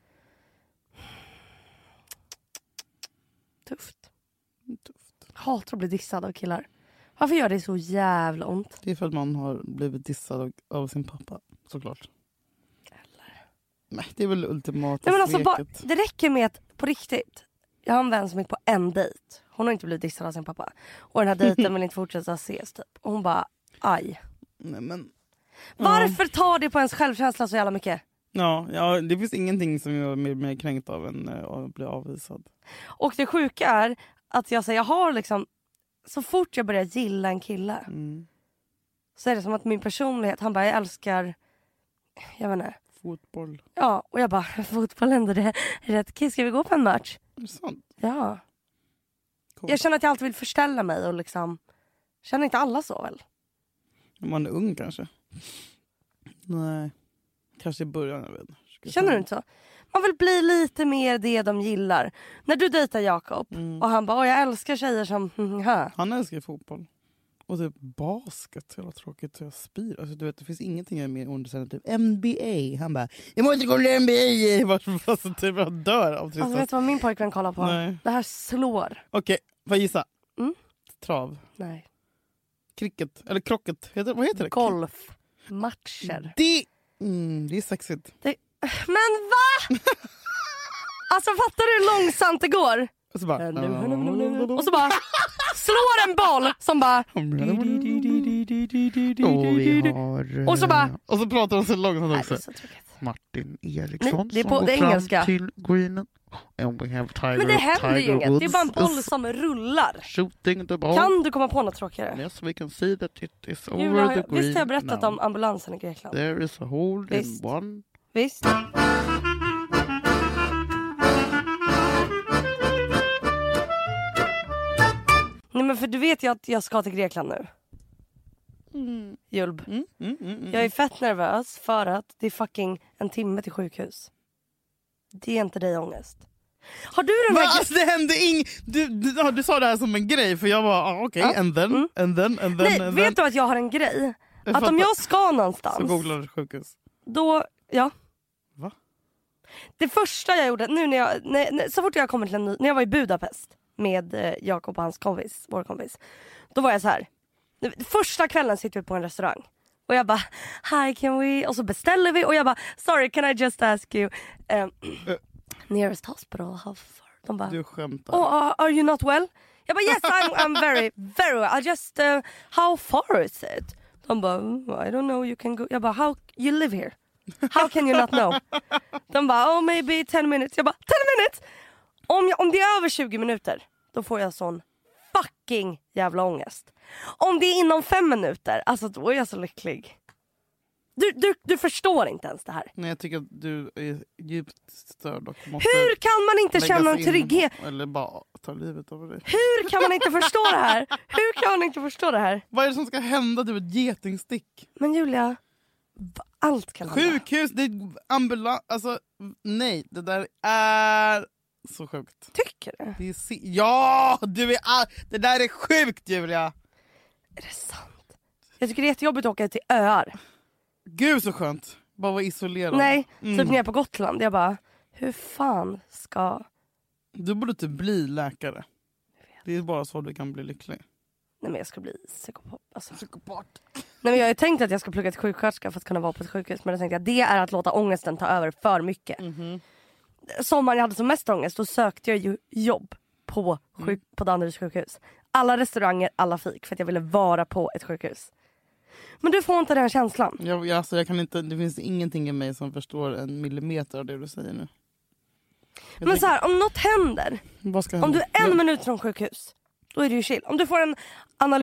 Tufft. Hatar att bli dissad av killar. Varför gör det så jävla ont? Det är för att man har blivit dissad av sin pappa, såklart. Eller? Nej, det är väl ultimata Nej, men alltså, sveket. det räcker med att, på riktigt, jag har en vän som gick på en dejt. Hon har inte blivit dissad av sin pappa. Och den här dejten vill inte fortsätta ses typ. Och hon bara, aj. Nej, men... Varför tar det på ens självkänsla så jävla mycket? Ja, det finns ingenting som jag är mer kränkt av än att bli avvisad. Och det sjuka är att jag har liksom, så fort jag börjar gilla en kille så är det som att min personlighet, han bara, jag älskar, jag vet inte, fotboll. Ja, och jag bara, fotboll ändå, det är rätt kul, ska vi gå på en match? Är det sant? Ja. Cool. Jag känner att jag alltid vill förställa mig och liksom, känner inte alla så väl? Om man är ung kanske. Nej, kanske i början, jag vet. Känner du inte så? Man vill bli lite mer det de gillar. När du dejtar Jakob och han bara, jag älskar tjejer som Han älskar fotboll. Och typ basket, jävla tråkigt. Jag spyr. Alltså, du vet, det finns ingenting jag är mer undersända. Typ NBA. Han bara, jag måste gå till NBA. Alltså, typ, jag dör av tristess. Alltså, vet du vad min pojkvän kollar på? Nej. Det här slår. Okej, får jag gissa? Trav. Nej. Cricket. Eller krocket. Vad heter det? Golfmatcher. Det är sexigt. Men va? Alltså fattar du hur långsamt det går? Och så bara... Och så bara slår en boll som bara... Och så bara... Och så pratar de så långsamt också. Nej, det är så tråkigt. Martin Eriksson det är som på går det engelska. fram till greenen. And we have Tiger, Men det händer ju inget. Woods Det är bara en boll som rullar. shooting the ball. Kan du komma på något tråkigare? Yes, we can see that it is over Julia, the green. visst har jag berättat now. om ambulansen i Grekland? There is a hole Visst. in one. Visst. Nej, men för du vet ju att jag ska till Grekland nu. Julb. Jag är fett nervös för att det är fucking en timme till sjukhus. Det är inte dig ångest. Har du den här... Alltså, det hände du sa det här som en grej. För jag var okej, and then. Nej, vet du att jag har en grej? Att om jag ska någonstans... Så googlar du sjukhus. Då, ja. Va? Det första jag gjorde, nu när så fort jag kommer till när jag var i Budapest med Jakob och hans kompis, vår kompis. Då var jag så här. Första kvällen sitter vi på en restaurang. Och jag bara, hi can we... Och så beställer vi och jag bara, sorry can I just ask you nearest hospital, how far? De bara, du skämtar. Oh, are you not well? Jag bara, yes I'm very, very well. I just, how far is it? De bara, I don't know, you can go. Jag bara, how, you live here? How can you not know? De bara, maybe 10 minutes. Jag bara, 10 minutes? Om det är över 20 minuter, då får jag sån fucking jävla ångest. Om det är inom 5 minuter, alltså då är jag så lycklig. Du förstår inte ens det här. Nej, jag tycker att du är djupt störd och måste... Hur kan man inte känna en trygghet? Eller bara ta livet av dig. Hur kan man inte förstå det här? Hur kan man inte förstå det här? Vad är det som ska hända? Du ett getingstick. Men Julia, allt kan hända. Sjukhus, det är ambulans. Alltså, nej. Det där är Så sjukt. Tycker du? Det är ja! Det där är sjukt, Julia! Är det sant? Jag tycker det är jättejobbigt att åka till öar. Gud så skönt. Bara vara isolerad. Nej, typ nere på Gotland. Jag bara, hur fan ska... Du borde typ bli läkare. Det är bara så du kan bli lycklig. Nej, men jag ska bli psykopat. Alltså. Psykopat. Nej, men jag har ju tänkt att jag ska plugga till sjuksköterska för att kunna vara på ett sjukhus. Men jag tänkte att det är att låta ångesten ta över för mycket. Sommaren jag hade som mest ångest, då sökte jag ju jobb på Danderyds sjukhus. Alla restauranger, alla fik, för att jag ville vara på ett sjukhus. Men du får inte den känslan. Jag kan inte, det finns ingenting i mig som förstår en millimeter av det du säger nu. Men så här, om något händer, vad ska hända? om du är en minut från sjukhus, då är det ju chill. Om du får en analys.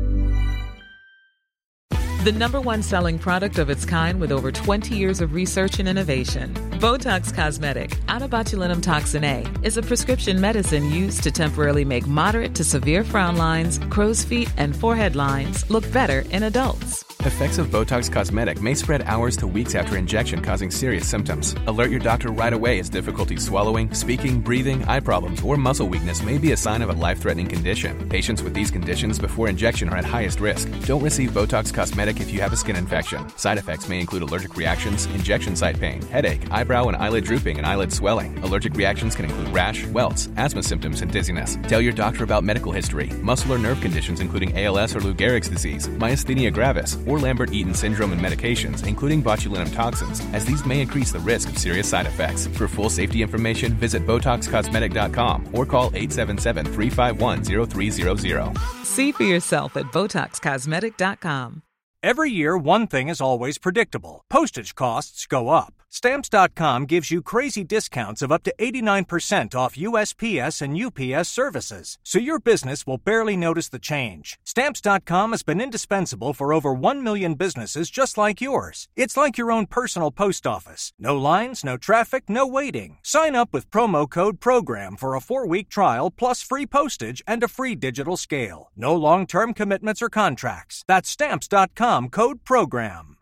The number one selling product of its kind with over 20 years of research and innovation. Botox Cosmetic, out of botulinum toxin A, is a prescription medicine used to temporarily make moderate to severe frown lines, crow's feet, and forehead lines look better in adults. Effects of Botox Cosmetic may spread hours to weeks after injection, causing serious symptoms. Alert your doctor right away as difficulty swallowing, speaking, breathing, eye problems, or muscle weakness may be a sign of a life-threatening condition. Patients with these conditions before injection are at highest risk. Don't receive Botox Cosmetic if you have a skin infection. Side effects may include allergic reactions, injection site pain, headache, eyebrow and eyelid drooping, and eyelid swelling. Allergic reactions can include rash, welts, asthma symptoms, and dizziness. Tell your doctor about medical history, muscle or nerve conditions including ALS or Lou Gehrig's disease, myasthenia gravis, or Lambert-Eaton syndrome and medications, including botulinum toxins, as these may increase the risk of serious side effects. For full safety information, visit BotoxCosmetic.com or call 877-351-0300. See for yourself at BotoxCosmetic.com. Every year, one thing is always predictable. Postage costs go up. Stamps.com gives you crazy discounts of up to 89% off USPS and UPS services, so your business will barely notice the change. Stamps.com has been indispensable for over 1 million businesses just like yours. It's like your own personal post office. No lines, no traffic, no waiting. Sign up with promo code PROGRAM for a 4-week trial plus free postage and a free digital scale. No long-term commitments or contracts. That's Stamps.com, code PROGRAM.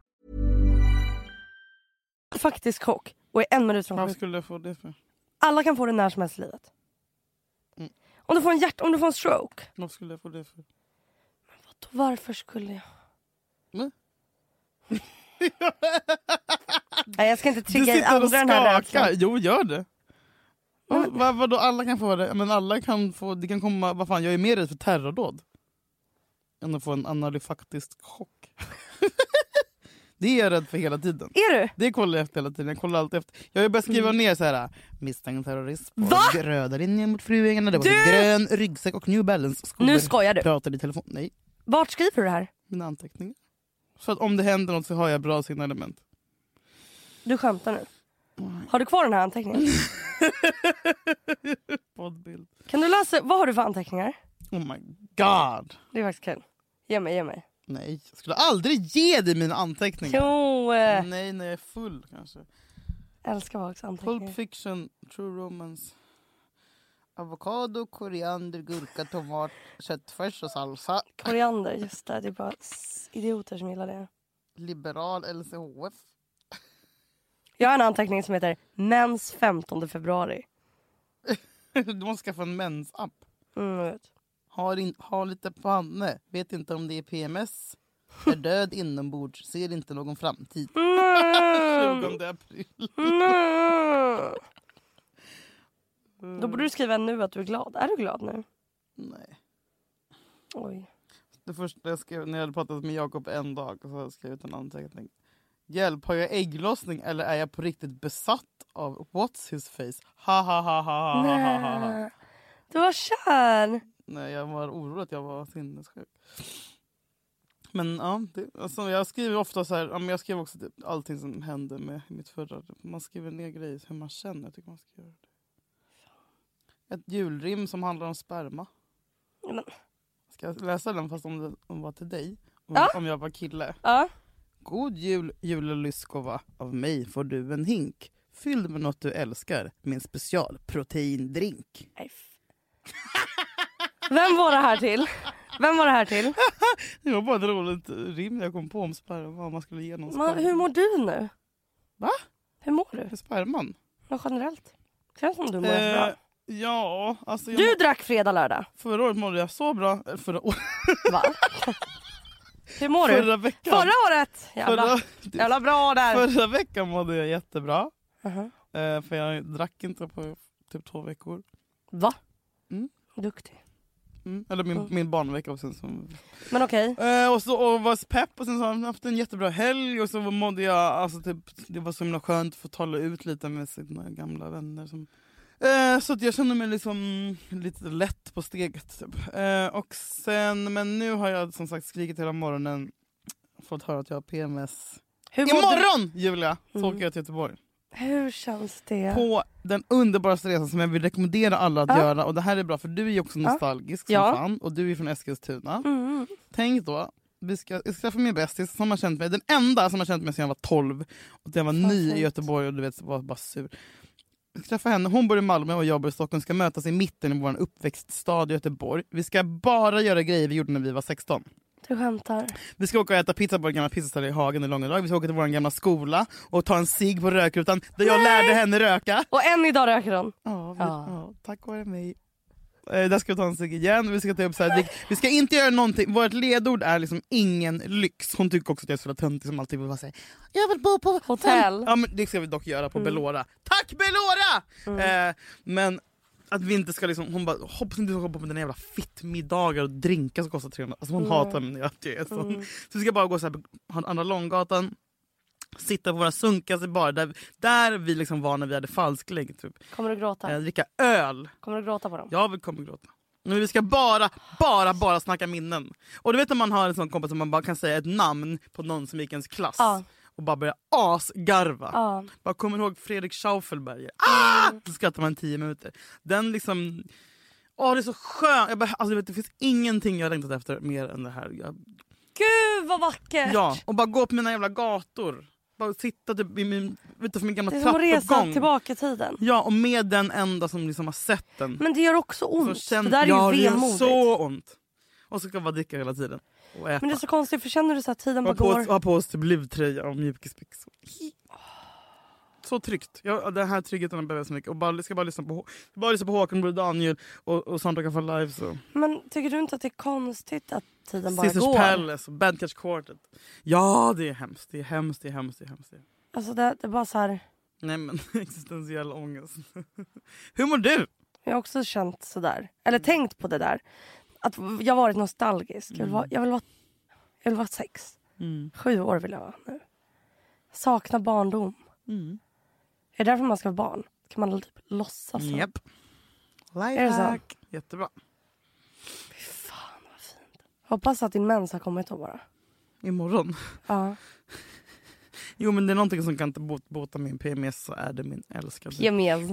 Faktiskt chock. Och är 1 minut från Vad skulle jag få det för? Alla kan få det när som helst i livet. Om du får om du får en stroke. Vad skulle jag få det för? Varför skulle jag? Nej, jag ska inte trigga i andra den här rädslan. Jo, gör det. Vadå, alla kan få det? Men alla kan få, det kan komma, vad fan, jag är mer rädd för terrordåd än att få en analyfaktisk chock. Det är jag rädd för hela tiden. Är du? Det kollar jag efter hela tiden. Jag kollar alltid efter. Jag har börjat skriva ner så här: misstänkt terrorism. Röda linjer mot Fruängarna. Det var grön ryggsäck och New Balance skor. Nu skojar du. Pratade i telefon. Nej. Vart skriver du det här? Mina anteckningar. Så att om det händer något så har jag bra signalement. Du skämtar nu. Har du kvar den här anteckningen? Poddbild. Kan du läsa, vad har du för anteckningar? Oh my god. Det är faktiskt kul. Ge mig. Nej, jag skulle aldrig ge dig mina anteckningar. Jo. Nej, när jag är full kanske. Älskar också anteckningar. Pulp Fiction, True Romance. Avokado, koriander, gurka, tomat, köttfärs och salsa. Koriander, just det. Det är bara idioter som gillar det. Liberal LCHF. Jag har en anteckning som heter Mens 15 februari. Du måste skaffa en mensapp. Jag vet. Har lite panne. Vet inte om det är PMS. Är död inombords. Ser inte någon framtid. 20 april. Då borde du skriva nu att du är glad. Är du glad nu? Nej. Oj. Det första jag skrev när jag hade pratat med Jakob en dag, så jag skrev en anteckning. Hjälp, har jag ägglossning eller är jag på riktigt besatt av what's his face? Ha ha ha ha ha ha ha. Du var kär. Nej, jag var orolig att jag var sinnessjuk. Men ja, alltså, jag skriver ofta så här, jag skriver också typ allting som hände med mitt förra. Man skriver ner grejer hur man känner. Jag tycker man ska göra det. Ett julrim som handlar om sperma. Men. Ska jag läsa den fast om det var till dig? Om jag var kille? Ja. God jul, Julia Lyskova. Av mig får du en hink. Fylld med något du älskar. Min specialproteindrink. Vem var det här till? Det var bara ett roligt rim jag kom på om sperma. Vad man skulle ge någon sperma. Hur mår du nu? Va? Hur mår du? Sperman? Ja, generellt. Känns som du mår bra. Ja, alltså Du drack fredag, lördag. förra året mådde jag så bra. Förra året. Va? Hur mår du? Förra veckan. Förra året? Jävla bra där. Förra veckan mådde jag jättebra. Uh-huh. För jag drack inte på typ 2 veckor. Va? Mm. Duktig. Eller min barnvecka och sen så... Men okej. Och var pepp och sen så har jag haft en jättebra helg och så mådde jag, alltså typ, det var så himla skönt att få tala ut lite med sina gamla vänner som, så att jag känner mig liksom lite lätt på steget typ. Och sen, men nu har jag som sagt skrikit hela morgonen, fått höra att jag har PMS. Imorgon Julia så åker jag till Göteborg. Hur känns det? På den underbaraste resan som jag vill rekommendera alla att göra. Och det här är bra för du är ju också nostalgisk som fan. Och du är från Eskilstuna. Tänk då, jag ska skaffa min bästis som har känt mig. Den enda som har känt mig sedan jag var 12. Och jag var ny i Göteborg och du vet, var bara sur. Jag ska skaffa henne, hon bor i Malmö och jag bor i Stockholm. Ska mötas i mitten i vår uppväxtstad i Göteborg. Vi ska bara göra grejer vi gjorde när vi var 16. Du skämtar. Vi ska åka och äta pizza på en gamla pizzaställe i Hagen i Långedag. Vi ska åka till vår gamla skola och ta en cigg på rökrutan där jag lärde henne röka. Och än idag röker hon. Ja, tack vare mig. Där ska vi ta en cigg igen. Vi ska ta upp så här, vi ska inte göra någonting. Vårt ledord är liksom ingen lyx. Hon tycker också att jag är så töntig som alltid vill säga. Jag vill bo på hotell. Ja, men det ska vi dock göra på Belora. Tack Belora! Men att vi inte ska liksom, hon bara, hoppas inte hoppa på den jävla fittmiddagar och drinkar som kostar 300. Alltså hon hatar mig att jag är sån. Så vi ska bara gå så här på andra Långgatan, sitta på våra sunkaste bar där vi liksom var när vi hade falsklägg typ. Kommer du gråta? Dricka öl. Kommer du gråta på dem? Jag kommer gråta. Men vi ska bara snacka minnen. Och du vet när man har en sån kompis som man bara kan säga ett namn på någon som gick ens klass. Och bara börja asgarva. Bara kommer ihåg Fredrik Schaufelberger. Så skrattar man 10 minuter. Den liksom... det är så skönt. Alltså, det finns ingenting jag längtat efter mer än det här. Gud vad vackert! Ja, och bara gå på mina jävla gator. Bara sitta typ i min gamla trappuppgång. Det är som att resa tillbaka i tiden. Ja, och med den enda som liksom har sett den. Men det gör också ont. Det där är ju vemodigt. Det gör så ont. Och så ska man dricka hela tiden. Och äta. Men det är så konstigt, för känner du så att tiden bara går... Ha på oss typ livtröja och mjukisbyxor. Så tryggt. Den här tryggheten behöver jag så mycket. Och ska bara lyssna på Håkan och Daniel och Soundtrack for Life. Så. Men tycker du inte att det är konstigt att tiden bara Sisters går? Palace och Bad Catch Quartet. Ja, det är hemskt. Det är hemskt. Alltså det är bara så här... Nej men, existentiell ångest. Hur mår du? Jag har också känt sådär. Eller tänkt på det där. Att jag har varit nostalgisk. Jag vill vara 6. 7 år vill jag vara nu. Sakna barndom. Är det därför man ska vara barn? Kan man typ låtsas så? Japp. Lifehack. Jättebra. Fy fan vad fint. Hoppas att din mens har kommit då bara. Imorgon? Ja. Jo men det är någonting som kan inte bota min PMS, så är det min älskade. PMS.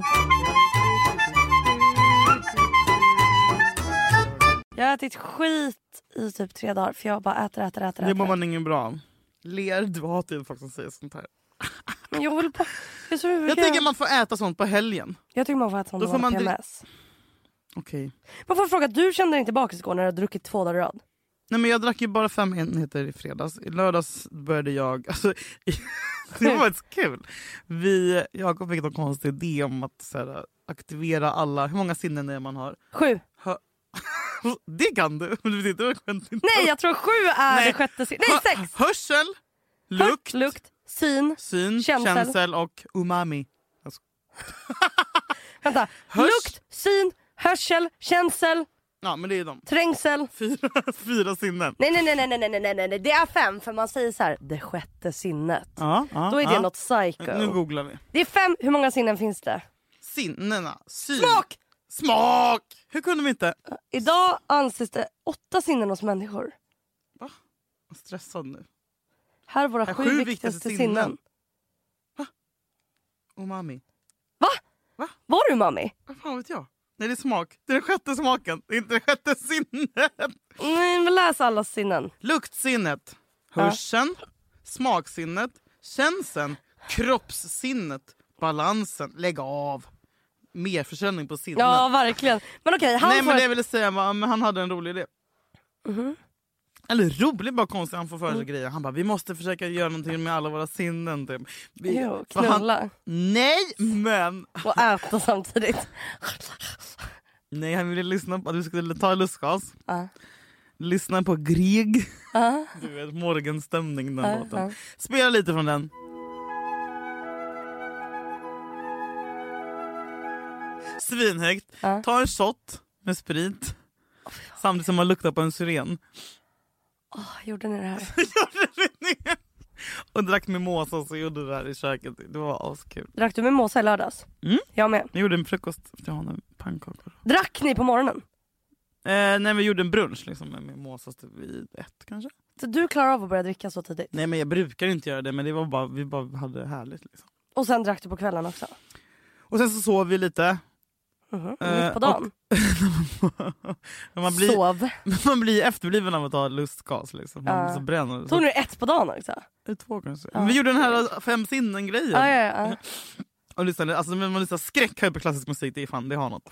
Jag har ätit skit i typ 3 dagar för jag bara äter. Det mår man ingen bra. Du hatar ju folk som säger sånt här. Men jag vill bara... Jag tycker man får äta sånt på helgen. Jag tycker man får äta sånt på PMS. Okej. Man får fråga, du kände dig inte bakis igår när du har druckit 2 dagar i rad? Nej men jag drack ju bara 5 enheter i fredags. I lördags började jag... Alltså, det var så kul. Jag fick en konstig idé om att så här, aktivera alla... Hur många sinnen är man har? 7. Det kan du. Nej, jag tror 7 är det sjätte sinnet. Nej, 6. Hörsel, lukt, syn, känsel och umami. Alltså. Vänta, lukt, syn, hörsel, känsel. Ja, men det är de. Trängsel. 4 sinnen. Nej. Det är 5, för man säger så här, det sjätte sinnet. Då är det något psycho. Nu googlar vi. Det är 5. Hur många sinnen finns det? Sinnena. Smak! Hur kunde vi inte? Idag anses det 8 sinnen hos människor. Va? Jag är stressad nu. Här är våra 7 viktigaste sinnen. Va? Umami. Va? Var du umami? Vad fan vet jag? Nej, det är smak. Det är den sjätte smaken. Det är inte det sjätte sinnet. Nej, men läs alla sinnen. Luktsinnet. Hörseln. Smaksinnet. Känseln. Kroppssinnet. Balansen. Lägg av. Mer försäljning på sinnen. Ja, verkligen. Men okej, men det jag ville säga var, men han hade en rolig idé. Eller rolig, bara konstigt. Han får för sig grejer. Han bara, vi måste försöka göra någonting med alla våra sinnen. Typ. Knulla. Nej, men... Och äta samtidigt. Nej, han ville lyssna på att du skulle ta lustgas. Lyssna på Grieg. Du vet, morgonstämning den låten. Spela lite från den. Svinhögt. Ta en shot med sprit. Samtidigt som man luktar på en syren. Gjorde ni det här? Och drack mimosa så gjorde det här i köket. Det var askul. Drack du mimosa i lördags? Jag med. Jag gjorde en frukost till honom, pannkakor. Drack ni på morgonen? Nej, vi gjorde en brunch liksom, med mimosa vid 1 kanske. Så du klarar av att börja dricka så tidigt? Nej, men jag brukar inte göra det, men det var bara, vi bara hade det härligt liksom. Och sen drack du på kvällen också? Och sen så sov vi lite. Mitt på dagen? Man blir efterbliven av att ta lustgas liksom. Man blir så bränd. Tog ni 1 på dagen också? 2 kanske. Men vi gjorde den här 5 sinnen-grejen. Ja. Och lyssnade, alltså när man lyssnar skräck på klassisk musik, det är fan, det har något.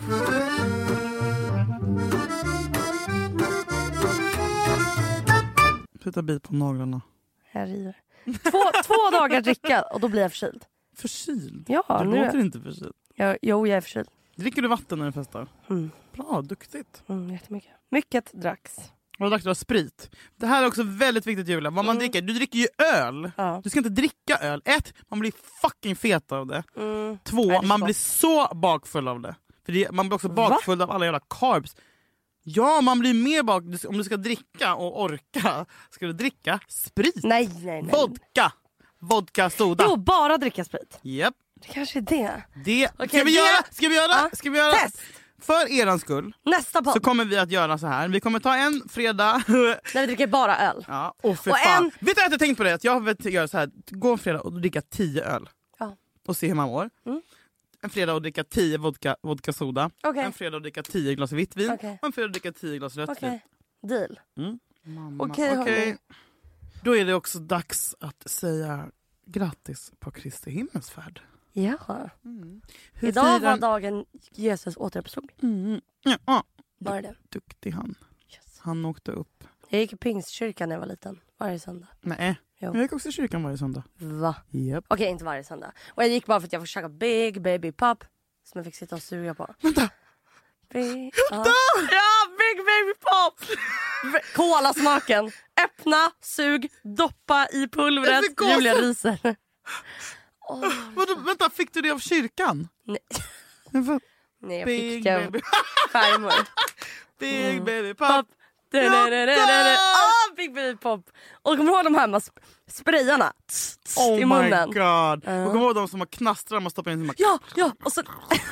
Sluta bit på naglarna. Jag river. 2 dagar dricka och då blir jag förkyld. Förkyld? Ja, du låter inte förkyld. Jo, jag är förkyld. Dricker du vatten när du festar? Bra, duktigt. Jättemycket. Mycket dracks. Och drack du sprit. Det här är också väldigt viktigt, Julia. Vad man dricker, du dricker ju öl. Du ska inte dricka öl. 1, man blir fucking fet av det. 2, man blir så bakfull av det. För man blir också bakfull av alla jävla carbs. Ja, man blir mer om du ska dricka och orka. Ska du dricka sprit? Nej. Vodka soda. Jo, bara dricka sprit. Japp. Det kanske är det. Ska vi göra? Test. För eran skull. Nästa podd. Så kommer vi att göra så här. Vi kommer ta en fredag. När vi dricker bara öl. Ja, och fan. Vet du att jag tänkt på det? Att jag vill göra så här. Gå en fredag och dricka 10 öl. Ja. Och se hur man mår. En fredag och dricka 10 vodka soda. En fredag och dricka 10 glas vitt vin. Och en fredag och dricka 10 glas rött vin. Deal. Okej. Då är det också dags att säga grattis på Kristi himmelsfärd. Ja. Idag var dagen Jesus återuppstod. Var det? Duktig han. Yes. Han åkte upp. Jag gick i pingstkyrkan när jag var liten. Varje söndag. Nej. Jag gick också i kyrkan varje söndag. Va? Yep. Okej, inte varje söndag. Och jag gick bara för att jag fick käka Big Baby Pop. Som jag fick sitta och suga på. Vänta! Ja, Big Baby Pop! Kolasmaken. Öppna, sug, doppa i pulvret. Julia ryser. Vänta, fick du det av kyrkan? Nej. Nej, jag fick det farmor. Big Baby Pop. Big Baby Pop. Och kommer du ihåg de här sprayarna i munnen? Oh my god. Och kommer du ihåg de som har knastrar man stoppar in i Ja, och så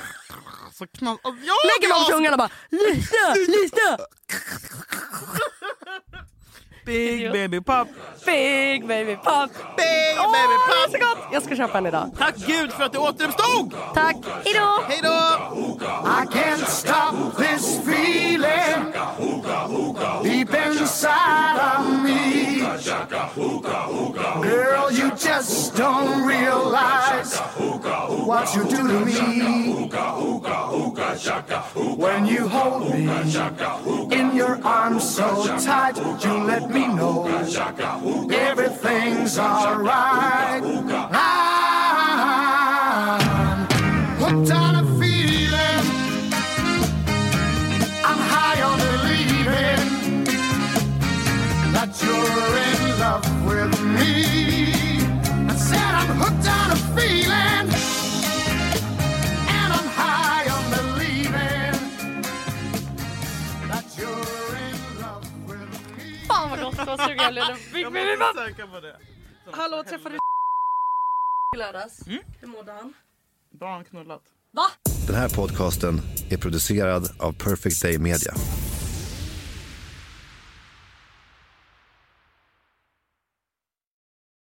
lägger man på tungan och bara lyssna. Big Baby Pop. Big Baby Pop. Big Baby Pop. Så gott. Jag ska köpa en idag. Tack Gud för att du återuppstod. Tack. Hejdå. I can't stop this feeling deep inside of me. Girl, you just don't realize what you do to me. When you hold me in your arms so tight, you let me know everything's alright. I'm hooked on a feeling. I'm high on believing that you're in love with me. I said I'm hooked on a feeling, and I'm high on believing that you're in love with me. Fan vad gott, vad sugen jag blev. Jag måste söka på det. Hallå, träffade du i lördags? Hur mådde han? Då har han knullat. Va? Den här podcasten är producerad av Perfect Day Media.